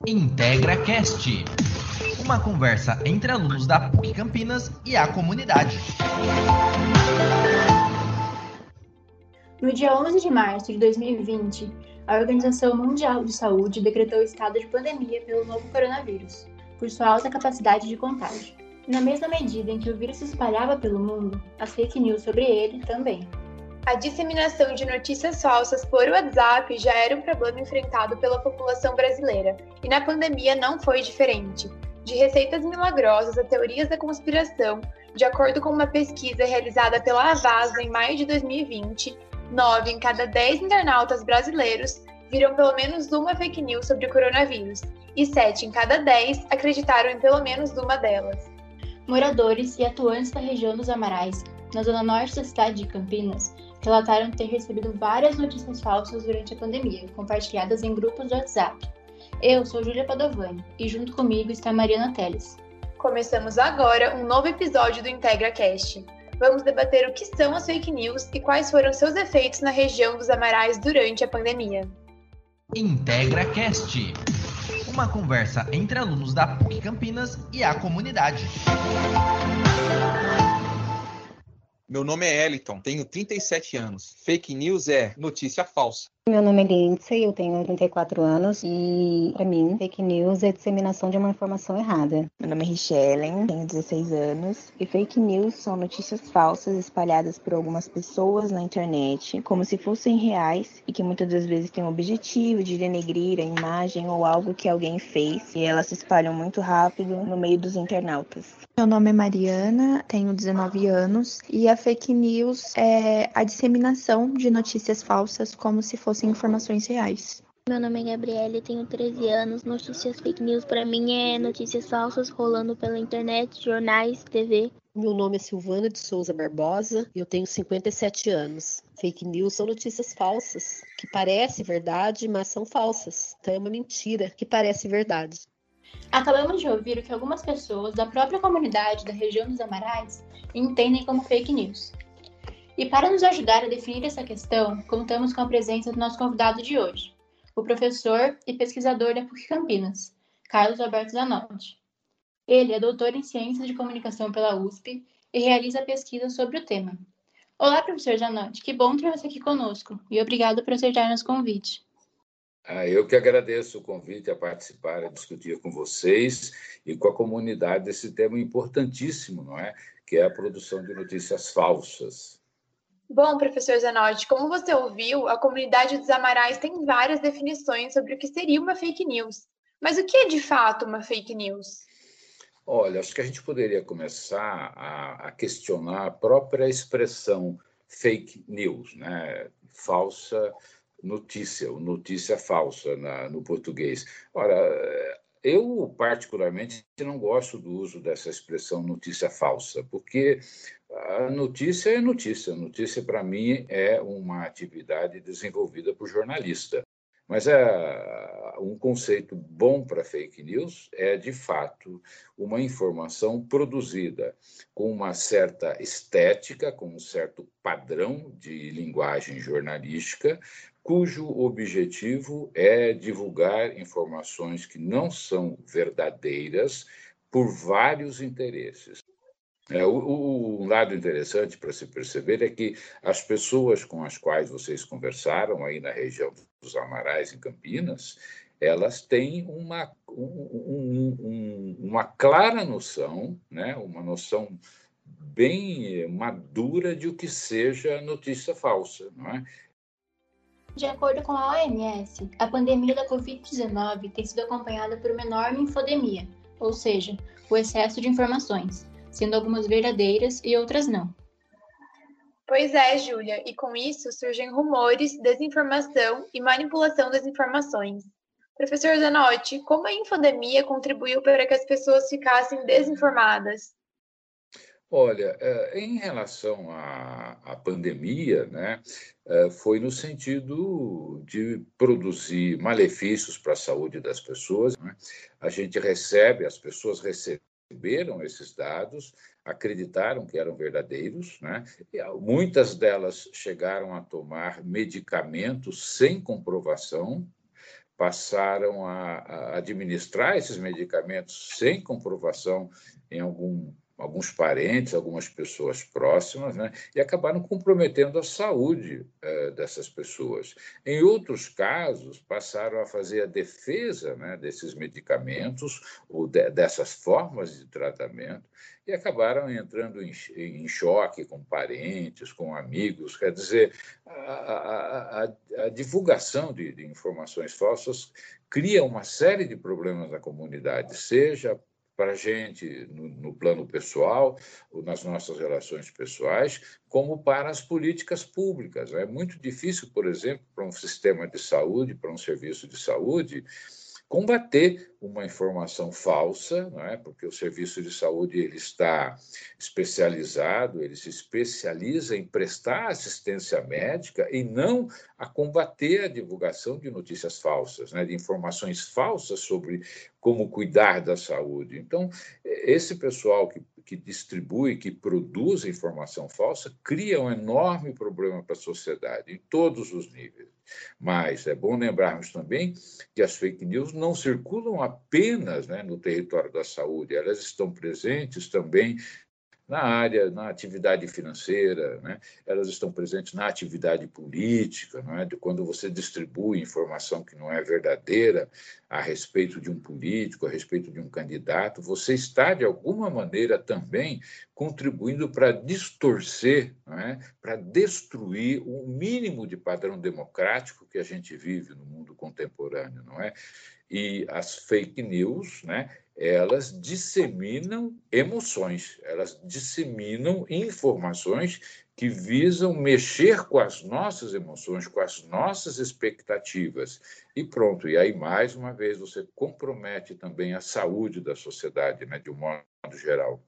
IntegraCast, uma conversa entre alunos da PUC Campinas e a comunidade. No dia 11 de março de 2020, a Organização Mundial de Saúde decretou estado de pandemia pelo novo coronavírus, por sua alta capacidade de contágio. Na mesma medida em que o vírus se espalhava pelo mundo, as fake news sobre ele também. A disseminação de notícias falsas por WhatsApp já era um problema enfrentado pela população brasileira, e na pandemia não foi diferente. De receitas milagrosas a teorias da conspiração, de acordo com uma pesquisa realizada pela Avasa em maio de 2020, 9 em cada 10 internautas brasileiros viram pelo menos uma fake news sobre o coronavírus, e 7 em cada 10 acreditaram em pelo menos uma delas. Moradores e atuantes da região dos Amarais, na zona norte da cidade de Campinas, relataram ter recebido várias notícias falsas durante a pandemia, compartilhadas em grupos do WhatsApp. Eu sou Júlia Padovani e junto comigo está Mariana Teles. Começamos agora um novo episódio do IntegraCast. Vamos debater o que são as fake news e quais foram seus efeitos na região dos Amarais durante a pandemia. IntegraCast, uma conversa entre alunos da PUC Campinas e a comunidade. Meu nome é Eliton, tenho 37 anos. Fake news é notícia falsa. Meu nome é Lindsay, eu tenho 34 anos e, para mim, fake news é disseminação de uma informação errada. Meu nome é Richellen, tenho 16 anos e fake news são notícias falsas espalhadas por algumas pessoas na internet, como se fossem reais e que muitas das vezes têm o objetivo de denegrir a imagem ou algo que alguém fez e elas se espalham muito rápido no meio dos internautas. Meu nome é Mariana, tenho 19 anos e a fake news é a disseminação de notícias falsas como se fossem informações reais. Meu nome é Gabriele, tenho 13 anos. Notícias fake news para mim é notícias falsas rolando pela internet, jornais, TV. Meu nome é Silvana de Souza Barbosa e eu tenho 57 anos. Fake news são notícias falsas, que parecem verdade, mas são falsas. Então é uma mentira que parece verdade. Acabamos de ouvir o que algumas pessoas da própria comunidade da região dos Amarais entendem como fake news. E para nos ajudar a definir essa questão, contamos com a presença do nosso convidado de hoje, o professor e pesquisador da PUC Campinas, Carlos Alberto Zanotti. Ele é doutor em Ciências de Comunicação pela USP e realiza pesquisa sobre o tema. Olá, professor Zanotti, que bom ter você aqui conosco e obrigado por aceitar nosso convite. Eu que agradeço o convite a participar, a discutir com vocês e com a comunidade desse tema importantíssimo, não é? Que é a produção de notícias falsas. Bom, professor Zanotti, como você ouviu, a comunidade dos Amarais tem várias definições sobre o que seria uma fake news. Mas o que é de fato uma fake news? Olha, acho que a gente poderia começar a questionar a própria expressão fake news, né? Falsa notícia, ou notícia falsa no português. Ora, eu particularmente não gosto do uso dessa expressão notícia falsa, porque a notícia é notícia. Notícia, para mim, é uma atividade desenvolvida por jornalista. Mas um conceito bom para fake news é, de fato, uma informação produzida com uma certa estética, com um certo padrão de linguagem jornalística, cujo objetivo é divulgar informações que não são verdadeiras por vários interesses. O lado interessante para se perceber é que as pessoas com as quais vocês conversaram aí na região dos Amarais, em Campinas, elas têm uma clara noção, né? Uma noção bem madura de o que seja notícia falsa, não é? De acordo com a OMS, a pandemia da Covid-19 tem sido acompanhada por uma enorme infodemia, ou seja, o excesso de informações, sendo algumas verdadeiras e outras não. Pois é, Júlia, e com isso surgem rumores, desinformação e manipulação das informações. Professor Zanotti, como a infodemia contribuiu para que as pessoas ficassem desinformadas? Olha, em relação à pandemia, né, foi no sentido de produzir malefícios para a saúde das pessoas, né? As pessoas receberam esses dados, acreditaram que eram verdadeiros, né? E muitas delas chegaram a tomar medicamentos sem comprovação, passaram a administrar esses medicamentos sem comprovação em alguns parentes, algumas pessoas próximas, né? E acabaram comprometendo a saúde dessas pessoas. Em outros casos, passaram a fazer a defesa, né, desses medicamentos ou dessas formas de tratamento e acabaram entrando em choque com parentes, com amigos. Quer dizer, a divulgação de informações falsas cria uma série de problemas na comunidade, seja para a gente no plano pessoal, ou nas nossas relações pessoais, como para as políticas públicas. É muito difícil, por exemplo, para um sistema de saúde, para um serviço de saúde, combater uma informação falsa, não é? Porque o serviço de saúde ele está especializado, ele se especializa em prestar assistência médica e não a combater a divulgação de notícias falsas, né? De informações falsas sobre como cuidar da saúde. Então, esse pessoal que distribui, que produz informação falsa, cria um enorme problema para a sociedade, em todos os níveis. Mas é bom lembrarmos também que as fake news não circulam apenas, né, no território da saúde, elas estão presentes também na atividade financeira, né? Elas estão presentes na atividade política, não é? Quando você distribui informação que não é verdadeira a respeito de um político, a respeito de um candidato, você está, de alguma maneira, também contribuindo para distorcer, não é? Para destruir o mínimo de padrão democrático que a gente vive no mundo contemporâneo, não é? E as fake news, né? Elas disseminam emoções, elas disseminam informações que visam mexer com as nossas emoções, com as nossas expectativas. E pronto, e aí, mais uma vez, você compromete também a saúde da sociedade, né, de um modo geral.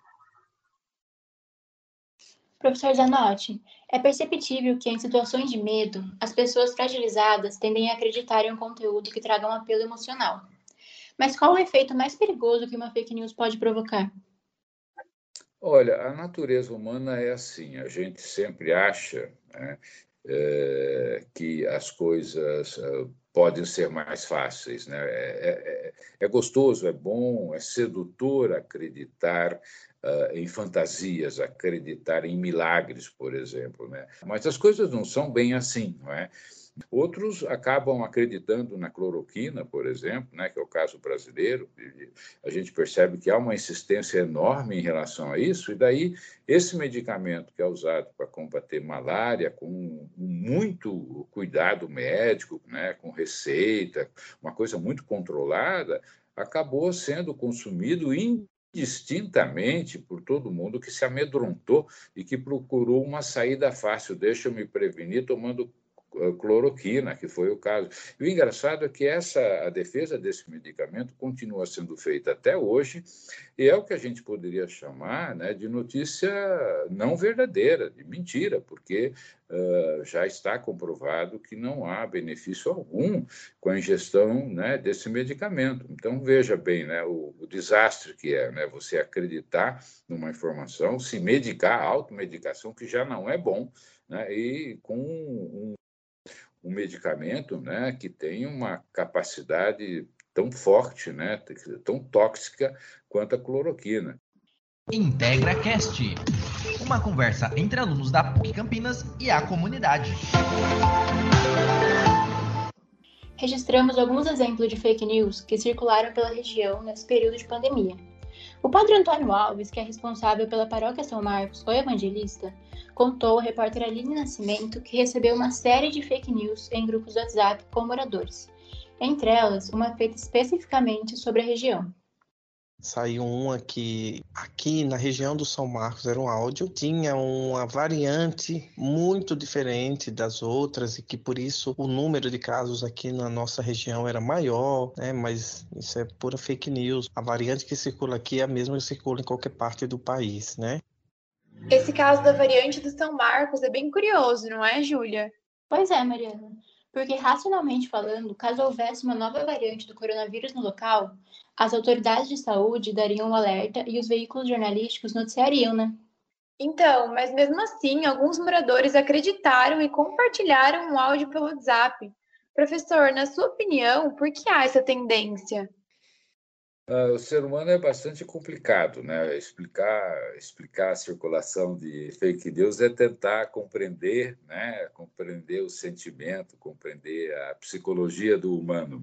Professor Zanotti, é perceptível que, em situações de medo, as pessoas fragilizadas tendem a acreditar em um conteúdo que traga um apelo emocional. Mas qual o efeito mais perigoso que uma fake news pode provocar? Olha, a natureza humana é assim, a gente sempre acha, né, que as coisas podem ser mais fáceis, né? É gostoso, é bom, é sedutor acreditar em fantasias, acreditar em milagres, por exemplo, né? Mas as coisas não são bem assim, não é? Outros acabam acreditando na cloroquina, por exemplo, né, que é o caso brasileiro. A gente percebe que há uma insistência enorme em relação a isso, e daí esse medicamento que é usado para combater malária, com muito cuidado médico, né, com receita, uma coisa muito controlada, acabou sendo consumido indistintamente por todo mundo que se amedrontou e que procurou uma saída fácil. Deixa eu me prevenir tomando cloroquina, que foi o caso. E o engraçado é que a defesa desse medicamento continua sendo feita até hoje, e é o que a gente poderia chamar, né, de notícia não verdadeira, de mentira, porque já está comprovado que não há benefício algum com a ingestão, né, desse medicamento. Então, veja bem, né, o desastre que é, né, você acreditar numa informação, se medicar, automedicação, que já não é bom, né, e com um medicamento, né, que tem uma capacidade tão forte, né, tão tóxica quanto a cloroquina. IntegraCast, uma conversa entre alunos da PUC Campinas e a comunidade. Registramos alguns exemplos de fake news que circularam pela região nesse período de pandemia. O padre Antônio Alves, que é responsável pela paróquia São Marcos, o evangelista, contou ao repórter Aline Nascimento que recebeu uma série de fake news em grupos do WhatsApp com moradores. Entre elas, uma feita especificamente sobre a região. Saiu uma que aqui na região do São Marcos era um áudio, tinha uma variante muito diferente das outras e que por isso o número de casos aqui na nossa região era maior, né? Mas isso é pura fake news. A variante que circula aqui é a mesma que circula em qualquer parte do país, né? Esse caso da variante do São Marcos é bem curioso, não é, Júlia? Pois é, Mariana. Porque, racionalmente falando, caso houvesse uma nova variante do coronavírus no local, as autoridades de saúde dariam um alerta e os veículos jornalísticos noticiariam, né? Então, mas mesmo assim, alguns moradores acreditaram e compartilharam um áudio pelo WhatsApp. Professor, na sua opinião, por que há essa tendência? O ser humano é bastante complicado, né? Explicar a circulação de fake news é tentar compreender, né? Compreender o sentimento, compreender a psicologia do humano.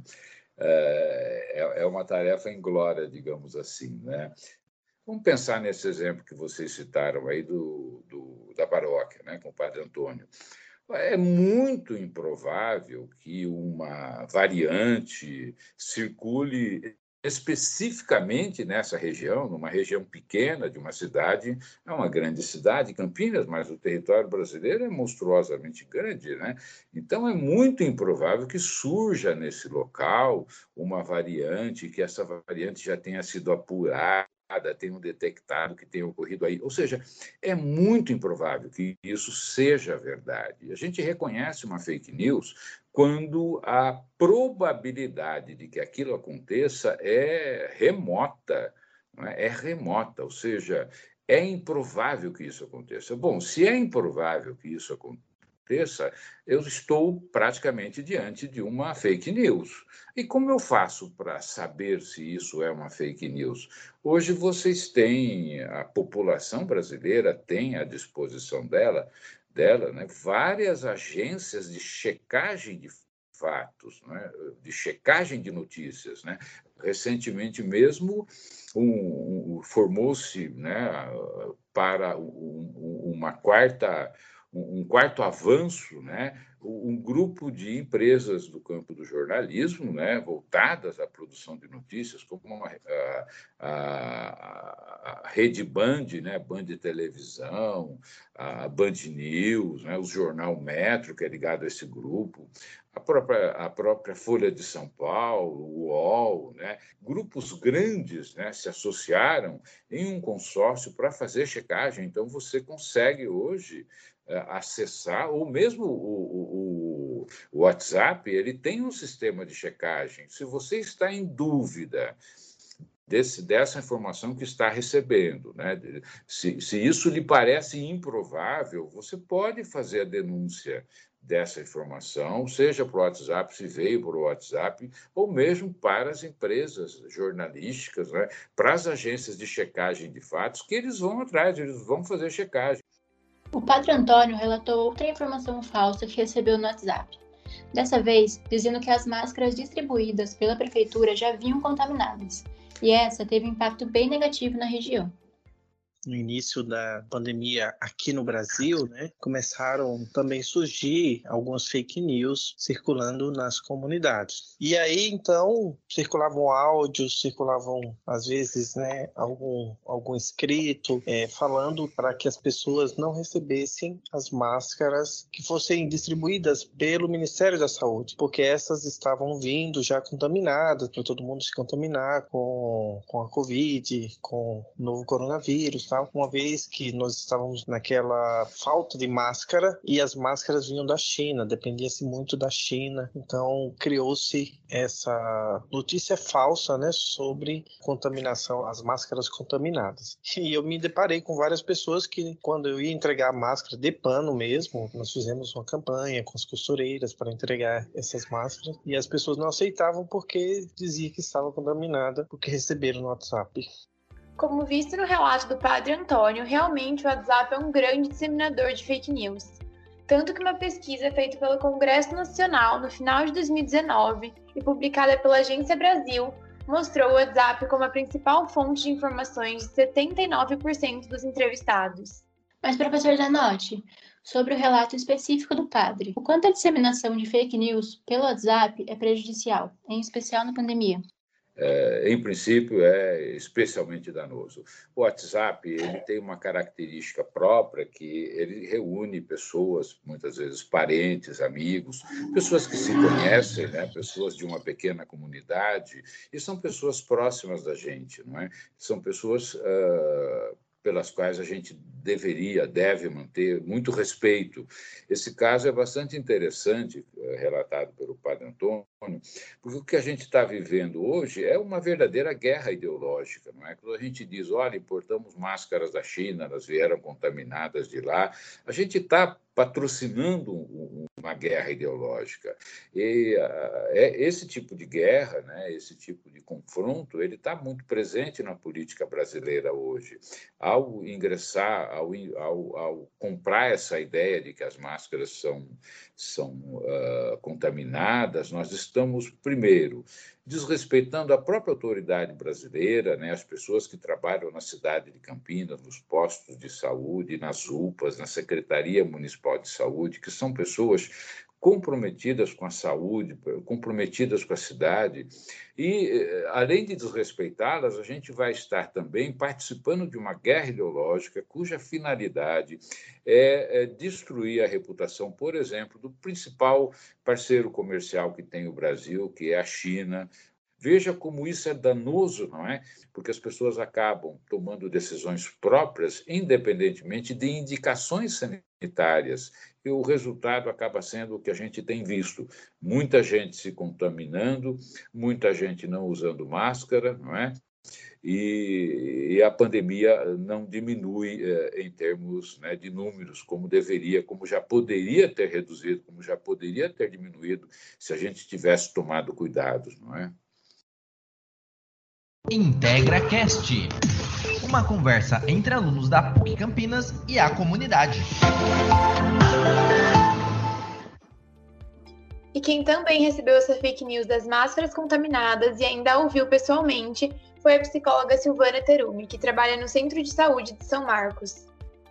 É uma tarefa inglória, digamos assim, né? Vamos pensar nesse exemplo que vocês citaram aí da paróquia, né? Com o Padre Antônio. É muito improvável que uma variante circule especificamente nessa região, numa região pequena de uma cidade, é uma grande cidade, Campinas, mas o território brasileiro é monstruosamente grande, né? Então, é muito improvável que surja nesse local uma variante, que essa variante já tenha sido apurada, tenham detectado que tenha ocorrido aí. Ou seja, é muito improvável que isso seja verdade. A gente reconhece uma fake news quando a probabilidade de que aquilo aconteça é remota, não é? É remota, ou seja, é improvável que isso aconteça. Bom, se é improvável que isso aconteça, eu estou praticamente diante de uma fake news. E como eu faço para saber se isso é uma fake news? Hoje vocês têm, a população brasileira tem à disposição dela, né, várias agências de checagem de fatos, né, de checagem de notícias. Né? Recentemente mesmo formou-se, né, para um quarto avanço, né, um grupo de empresas do campo do jornalismo, né, voltadas à produção de notícias, como a Rede Band, né, Band Televisão, a Band News, né, o Jornal Metro, que é ligado a esse grupo, a própria Folha de São Paulo, o UOL, né, grupos grandes, né, se associaram em um consórcio para fazer checagem. Então, você consegue hoje acessar, ou mesmo o WhatsApp, ele tem um sistema de checagem. Se você está em dúvida dessa informação que está recebendo, né? Se isso lhe parece improvável, você pode fazer a denúncia dessa informação, seja para o WhatsApp, se veio para o WhatsApp, ou mesmo para as empresas jornalísticas, né? Para as agências de checagem de fatos, que eles vão atrás, eles vão fazer checagem. O Padre Antônio relatou outra informação falsa que recebeu no WhatsApp. Dessa vez, dizendo que as máscaras distribuídas pela prefeitura já vinham contaminadas. E essa teve um impacto bem negativo na região. No início da pandemia aqui no Brasil, né, começaram também a surgir algumas fake news circulando nas comunidades. E aí, então, circulavam áudios, circulavam, às vezes, né, algum escrito falando para que as pessoas não recebessem as máscaras que fossem distribuídas pelo Ministério da Saúde, porque essas estavam vindo já contaminadas, para todo mundo se contaminar com a Covid, com o novo coronavírus, uma vez que nós estávamos naquela falta de máscara e as máscaras vinham da China, dependia-se muito da China, então criou-se essa notícia falsa, né, sobre contaminação, as máscaras contaminadas. E eu me deparei com várias pessoas que, quando eu ia entregar a máscara de pano mesmo, nós fizemos uma campanha com as costureiras para entregar essas máscaras e as pessoas não aceitavam porque dizia que estava contaminada, porque receberam no WhatsApp. Como visto no relato do Padre Antônio, realmente o WhatsApp é um grande disseminador de fake news. Tanto que uma pesquisa feita pelo Congresso Nacional no final de 2019 e publicada pela Agência Brasil mostrou o WhatsApp como a principal fonte de informações de 79% dos entrevistados. Mas, professor Zanotti, sobre o relato específico do padre, o quanto a disseminação de fake news pelo WhatsApp é prejudicial, em especial na pandemia? Em princípio, é especialmente danoso. O WhatsApp ele tem uma característica própria que ele reúne pessoas, muitas vezes parentes, amigos, pessoas que se conhecem, né? Pessoas de uma pequena comunidade, e são pessoas próximas da gente, não é? São pessoas pelas quais a gente deve manter muito respeito. Esse caso é bastante interessante, relatado pelo Padre Antônio, porque o que a gente está vivendo hoje é uma verdadeira guerra ideológica, não é? Quando a gente diz, olha, importamos máscaras da China, elas vieram contaminadas de lá, a gente está patrocinando uma guerra ideológica. E esse tipo de guerra, né, esse tipo de confronto, ele está muito presente na política brasileira hoje. Ao ingressar, ao comprar essa ideia de que as máscaras são contaminadas, nós estamos, primeiro, desrespeitando a própria autoridade brasileira, né, as pessoas que trabalham na cidade de Campinas, nos postos de saúde, nas UPAs, na Secretaria Municipal de Saúde, que são pessoas comprometidas com a saúde, comprometidas com a cidade. E, além de desrespeitá-las, a gente vai estar também participando de uma guerra ideológica cuja finalidade é destruir a reputação, por exemplo, do principal parceiro comercial que tem o Brasil, que é a China. Veja como isso é danoso, não é? Porque as pessoas acabam tomando decisões próprias, independentemente de indicações sanitárias. E o resultado acaba sendo o que a gente tem visto. Muita gente se contaminando, muita gente não usando máscara, não é? E a pandemia não diminui em termos, né, de números, como deveria, como já poderia ter reduzido, como já poderia ter diminuído se a gente tivesse tomado cuidados, não é? IntegraCast, uma conversa entre alunos da PUC Campinas e a comunidade. E quem também recebeu essa fake news das máscaras contaminadas e ainda a ouviu pessoalmente foi a psicóloga Silvana Terumi, que trabalha no Centro de Saúde de São Marcos.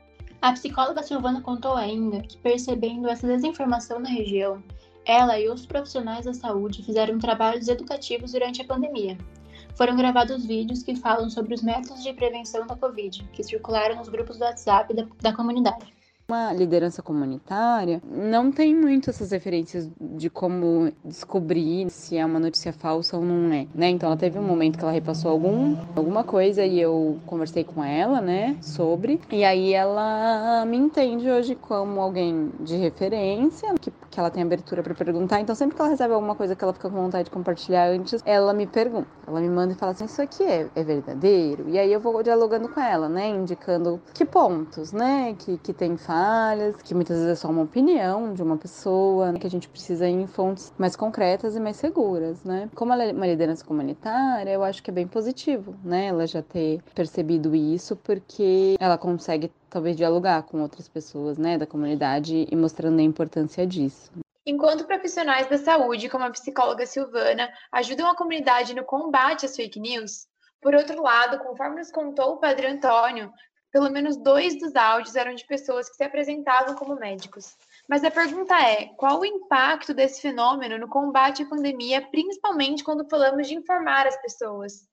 A psicóloga Silvana contou ainda que, percebendo essa desinformação na região, ela e outros profissionais da saúde fizeram trabalhos educativos durante a pandemia. Foram gravados vídeos que falam sobre os métodos de prevenção da Covid, que circularam nos grupos do WhatsApp da comunidade. Uma liderança comunitária não tem muito essas referências de como descobrir se é uma notícia falsa ou não é, né? Então ela teve um momento que ela repassou alguma coisa e eu conversei com ela, né, sobre, e aí ela me entende hoje como alguém de referência, que ela tem abertura para perguntar. Então sempre que ela recebe alguma coisa que ela fica com vontade de compartilhar antes, ela me pergunta, ela me manda e fala assim, isso aqui é verdadeiro? E aí eu vou dialogando com ela, né, indicando que pontos, né, que tem falhas, que muitas vezes é só uma opinião de uma pessoa, né, que a gente precisa ir em fontes mais concretas e mais seguras, né. Como ela é uma liderança comunitária, eu acho que é bem positivo, né, ela já ter percebido isso, porque ela consegue talvez dialogar com outras pessoas, né, da comunidade e mostrando a importância disso. Enquanto profissionais da saúde, como a psicóloga Silvana, ajudam a comunidade no combate às fake news, por outro lado, conforme nos contou o Padre Antônio, pelo menos 2 dos áudios eram de pessoas que se apresentavam como médicos. Mas a pergunta é, qual o impacto desse fenômeno no combate à pandemia, principalmente quando falamos de informar as pessoas?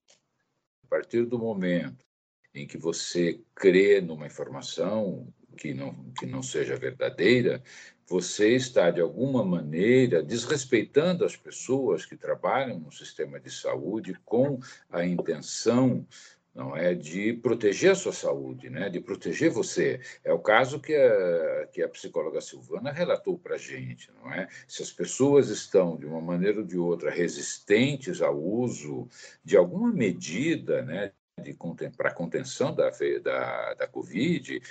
A partir do momento em que você crê numa informação que não seja verdadeira, você está, de alguma maneira, desrespeitando as pessoas que trabalham no sistema de saúde com a intenção, não é, de proteger a sua saúde, né, de proteger você. É o caso que a psicóloga Silvana relatou para a gente, não é? Se as pessoas estão, de uma maneira ou de outra, resistentes ao uso de alguma medida, né, para a contenção da Covid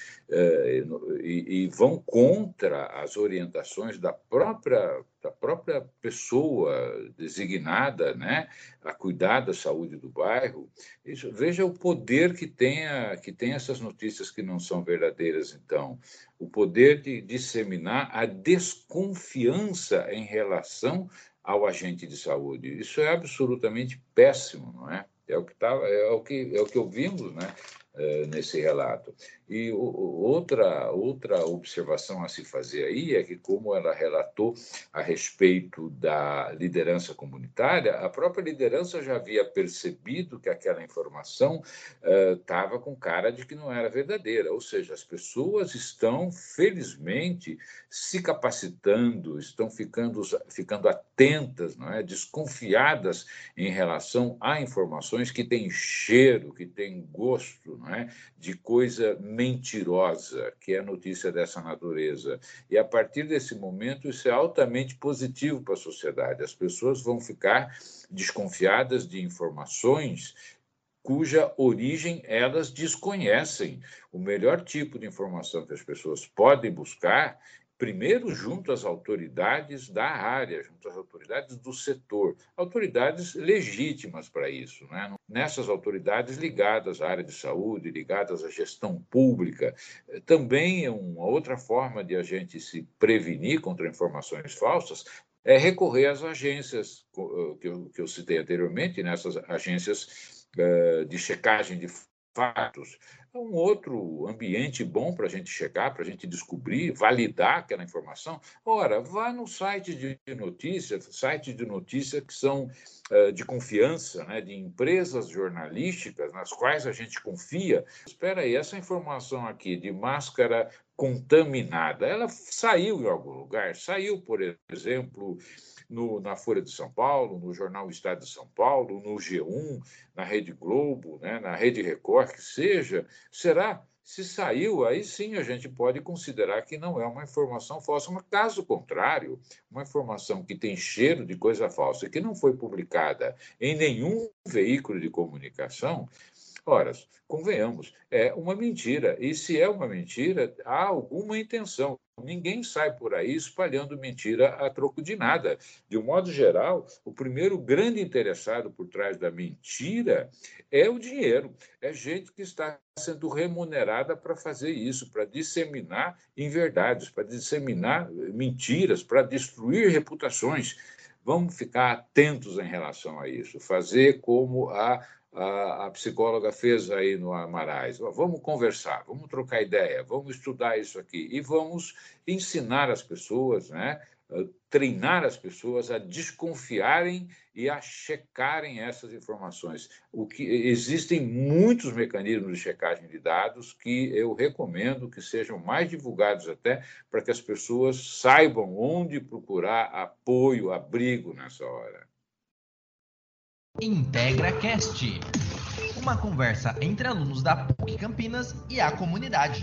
e vão contra as orientações da própria pessoa designada, né, a cuidar da saúde do bairro. Veja o poder que tem essas notícias que não são verdadeiras, então. O poder de disseminar a desconfiança em relação ao agente de saúde. Isso é absolutamente péssimo, não é? É o que ouvimos, né, nesse relato. E outra observação a se fazer aí é que, como ela relatou a respeito da liderança comunitária, a própria liderança já havia percebido que aquela informação estava com cara de que não era verdadeira. Ou seja, as pessoas estão, felizmente, se capacitando, estão ficando atentas, não é? Desconfiadas em relação a informações que têm cheiro, que têm gosto, não é? De coisa mentirosa, que é notícia dessa natureza. E, a partir desse momento, isso é altamente positivo para a sociedade. As pessoas vão ficar desconfiadas de informações cuja origem elas desconhecem. O melhor tipo de informação que as pessoas podem buscar primeiro junto às autoridades da área, junto às autoridades do setor, autoridades legítimas para isso, né? Nessas autoridades ligadas à área de saúde, ligadas à gestão pública. Também é uma outra forma de a gente se prevenir contra informações falsas é recorrer às agências que eu citei anteriormente, nessas agências de checagem de fatos. É um outro ambiente bom para a gente chegar, para a gente descobrir, validar aquela informação. Ora, vá no site de notícias que são de confiança, né, de empresas jornalísticas nas quais a gente confia. Espera aí, essa informação aqui de máscara contaminada, ela saiu em algum lugar? Saiu, por exemplo, na Folha de São Paulo, no jornal Estado de São Paulo, no G1, na Rede Globo, né, na Rede Record, que seja. Será? Se saiu, aí sim a gente pode considerar que não é uma informação falsa. Mas, caso contrário, uma informação que tem cheiro de coisa falsa e que não foi publicada em nenhum veículo de comunicação, ora, convenhamos, é uma mentira. E se é uma mentira, há alguma intenção. Ninguém sai por aí espalhando mentira a troco de nada. De um modo geral, o primeiro grande interessado por trás da mentira é o dinheiro. É gente que está sendo remunerada para fazer isso, para disseminar inverdades, para disseminar mentiras, para destruir reputações. Vamos ficar atentos em relação a isso. Fazer como a psicóloga fez aí no Amarais. Vamos conversar, vamos trocar ideia, vamos estudar isso aqui e vamos ensinar as pessoas, né, treinar as pessoas a desconfiarem e a checarem essas informações. Existem muitos mecanismos de checagem de dados que eu recomendo que sejam mais divulgados até para que as pessoas saibam onde procurar apoio, abrigo nessa hora. IntegraCast, uma conversa entre alunos da PUC Campinas e a comunidade.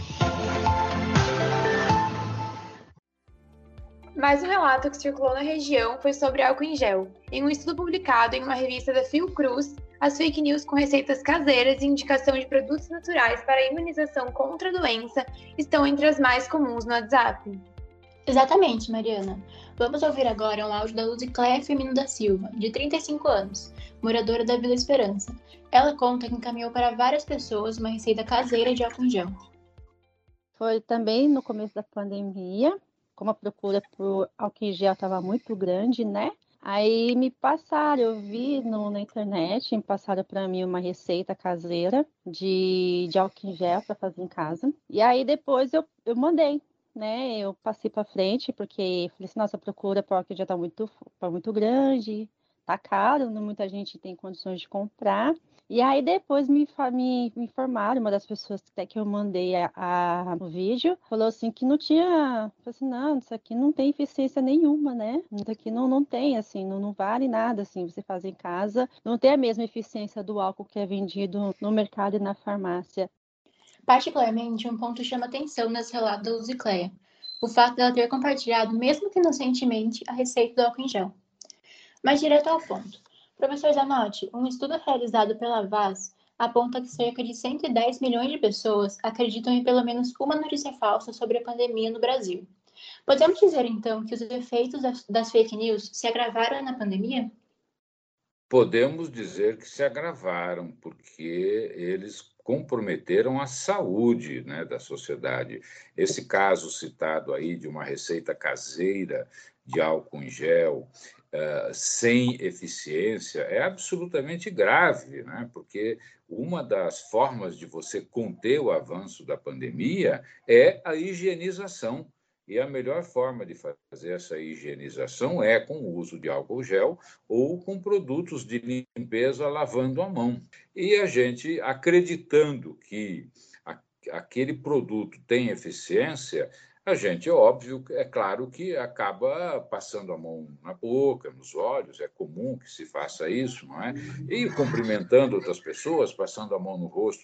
Mais um relato que circulou na região foi sobre álcool em gel. Em um estudo publicado em uma revista da Fiocruz, as fake news com receitas caseiras e indicação de produtos naturais para a imunização contra a doença estão entre as mais comuns no WhatsApp. Exatamente, Mariana. Vamos ouvir agora um áudio da Luzicléia Firmino da Silva, de 35 anos, moradora da Vila Esperança. Ela conta que encaminhou para várias pessoas uma receita caseira de álcool em gel. Foi também no começo da pandemia, como a procura por álcool em gel estava muito grande, né? Aí me passaram, eu vi na internet, me passaram para mim uma receita caseira de álcool em gel para fazer em casa. E aí depois eu mandei, né? Eu passei para frente, porque falei assim, nossa, a procura por álcool em gel está muito grande, tá caro, não muita gente tem condições de comprar. E aí depois me informaram, uma das pessoas até que eu mandei o vídeo, falou assim que não tinha, falou assim, não, isso aqui não tem eficiência nenhuma, né? Isso aqui não tem, assim, não vale nada, assim, você fazer em casa, não tem a mesma eficiência do álcool que é vendido no mercado e na farmácia. Particularmente, um ponto chama atenção nesse relato da Luzicléia, o fato dela ter compartilhado, mesmo que inocentemente, a receita do álcool em gel. Mas direto ao ponto. Professor Zanotti, um estudo realizado pela VAS aponta que cerca de 110 milhões de pessoas acreditam em pelo menos uma notícia falsa sobre a pandemia no Brasil. Podemos dizer, então, que os efeitos das fake news se agravaram na pandemia? Podemos dizer que se agravaram, porque eles comprometeram a saúde, né, da sociedade. Esse caso citado aí de uma receita caseira de álcool em gel, sem eficiência, é absolutamente grave, né? Porque uma das formas de você conter o avanço da pandemia é a higienização. E a melhor forma de fazer essa higienização é com o uso de álcool gel ou com produtos de limpeza lavando a mão. E a gente, acreditando que aquele produto tem eficiência, a gente, óbvio, é claro que acaba passando a mão na boca, nos olhos, é comum que se faça isso, não é? E cumprimentando outras pessoas, passando a mão no rosto do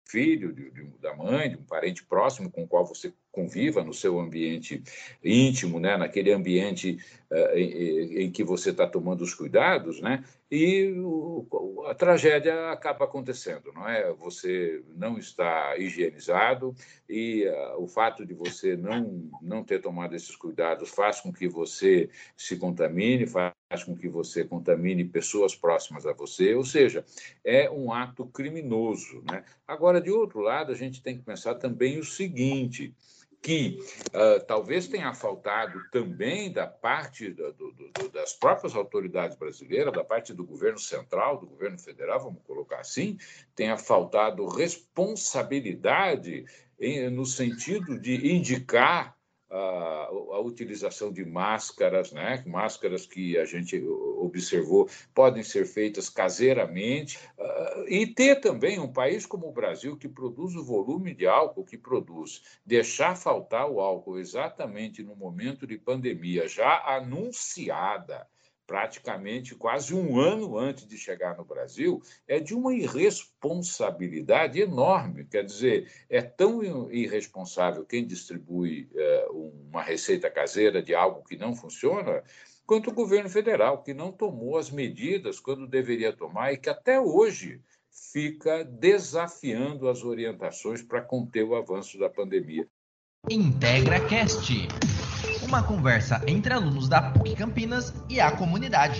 filho, da mãe, de um parente próximo com o qual você conviva no seu ambiente íntimo, né? Naquele ambiente em que você está tomando os cuidados, né? E a tragédia acaba acontecendo, não é? Você não está higienizado e o fato de você não ter tomado esses cuidados faz com que você se contamine, faz com que você contamine pessoas próximas a você, ou seja, é um ato criminoso, né? Agora, de outro lado, a gente tem que pensar também o seguinte, que talvez tenha faltado também da parte das próprias autoridades brasileiras, da parte do governo central, do governo federal, vamos colocar assim, tenha faltado responsabilidade no sentido de indicar a utilização de máscaras, né? Máscaras que a gente observou podem ser feitas caseiramente, e ter também um país como o Brasil, que produz o volume de álcool que produz, deixar faltar o álcool exatamente no momento de pandemia já anunciada, praticamente quase um ano antes de chegar no Brasil, é de uma irresponsabilidade enorme. Quer dizer, é tão irresponsável quem distribui uma receita caseira de algo que não funciona, quanto o governo federal, que não tomou as medidas quando deveria tomar e que até hoje fica desafiando as orientações para conter o avanço da pandemia. IntegraCast, uma conversa entre alunos da PUC Campinas e a comunidade.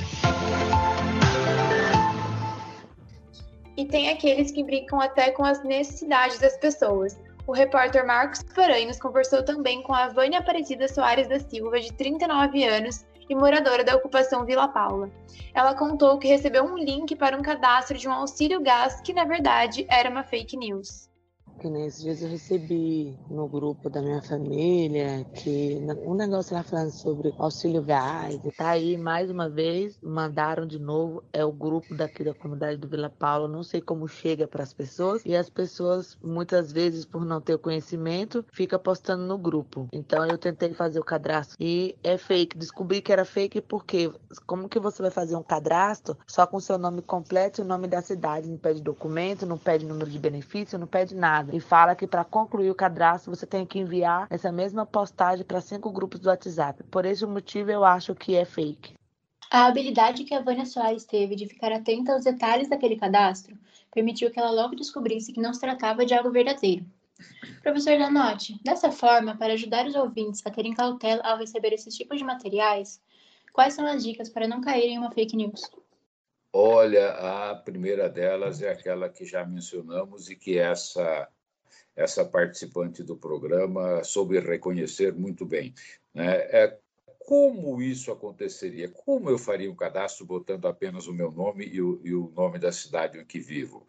E tem aqueles que brincam até com as necessidades das pessoas. O repórter Marcos Paranhos conversou também com a Vânia Aparecida Soares da Silva, de 39 anos, e moradora da ocupação Vila Paula. Ela contou que recebeu um link para um cadastro de um auxílio gás que, na verdade, era uma fake news. Que nesses dias eu recebi no grupo da minha família que um negócio lá falando sobre auxílio gás. E tá aí, mais uma vez, mandaram de novo, é o grupo daqui da comunidade do Vila Paula, não sei como chega para as pessoas, e as pessoas, muitas vezes, por não ter o conhecimento, fica postando no grupo. Então eu tentei fazer o cadastro e é fake, descobri que era fake porque como que você vai fazer um cadastro só com o seu nome completo e o nome da cidade, não pede documento, não pede número de benefício, não pede nada. E fala que para concluir o cadastro você tem que enviar essa mesma postagem para 5 grupos do WhatsApp. Por esse motivo eu acho que é fake. A habilidade que a Vânia Soares teve de ficar atenta aos detalhes daquele cadastro permitiu que ela logo descobrisse que não se tratava de algo verdadeiro. Professor Zanotti, dessa forma, para ajudar os ouvintes a terem cautela ao receber esses tipos de materiais, quais são as dicas para não cair em uma fake news? Olha, a primeira delas é aquela que já mencionamos e que essa participante do programa soube reconhecer muito bem, né? Como isso aconteceria? Como eu faria um cadastro botando apenas o meu nome e o nome da cidade em que vivo?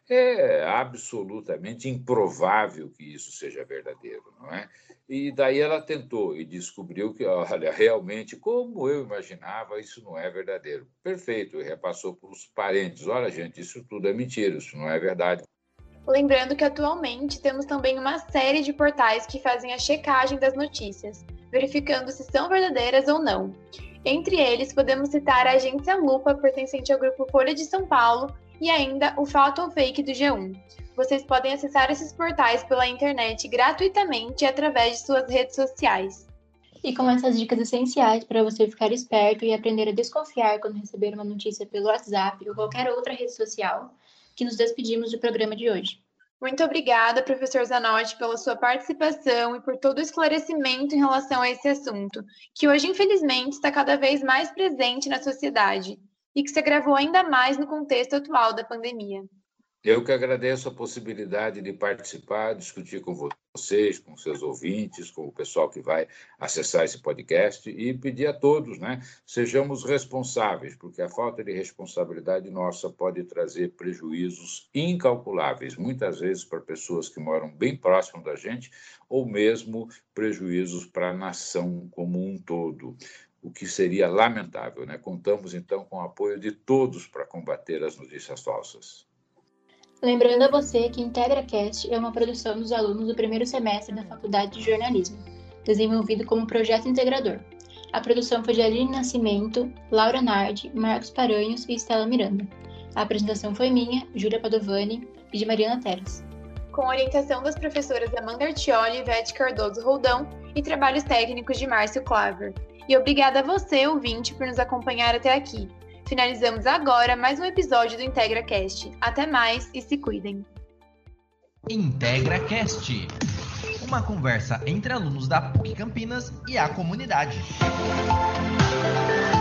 É absolutamente improvável que isso seja verdadeiro, não é? E daí ela tentou e descobriu que, olha, realmente, como eu imaginava, isso não é verdadeiro. Perfeito, e repassou para os parentes. Olha, gente, isso tudo é mentira, isso não é verdade. Lembrando que atualmente temos também uma série de portais que fazem a checagem das notícias, verificando se são verdadeiras ou não. Entre eles, podemos citar a agência Lupa, pertencente ao grupo Folha de São Paulo, e ainda o Fato ou Fake do G1. Vocês podem acessar esses portais pela internet gratuitamente através de suas redes sociais. E com essas dicas essenciais para você ficar esperto e aprender a desconfiar quando receber uma notícia pelo WhatsApp ou qualquer outra rede social, que nos despedimos do programa de hoje. Muito obrigada, professor Zanotti, pela sua participação e por todo o esclarecimento em relação a esse assunto, que hoje, infelizmente, está cada vez mais presente na sociedade e que se agravou ainda mais no contexto atual da pandemia. Eu que agradeço a possibilidade de participar, discutir com vocês, com seus ouvintes, com o pessoal que vai acessar esse podcast e pedir a todos, né, sejamos responsáveis, porque a falta de responsabilidade nossa pode trazer prejuízos incalculáveis, muitas vezes para pessoas que moram bem próximo da gente, ou mesmo prejuízos para a nação como um todo, o que seria lamentável, né? Contamos, então, com o apoio de todos para combater as notícias falsas. Lembrando a você que IntegraCast é uma produção dos alunos do primeiro semestre da Faculdade de Jornalismo, desenvolvido como projeto integrador. A produção foi de Aline Nascimento, Laura Nardi, Marcos Paranhos e Estela Miranda. A apresentação foi minha, Júlia Padovani, e de Mariana Teres. com orientação das professoras Amanda Artioli e Ivete Cardoso Roldão e trabalhos técnicos de Márcio Claver. E obrigada a você, ouvinte, por nos acompanhar até aqui. Finalizamos agora mais um episódio do IntegraCast. Até mais e se cuidem. IntegraCast, uma conversa entre alunos da PUC Campinas e a comunidade.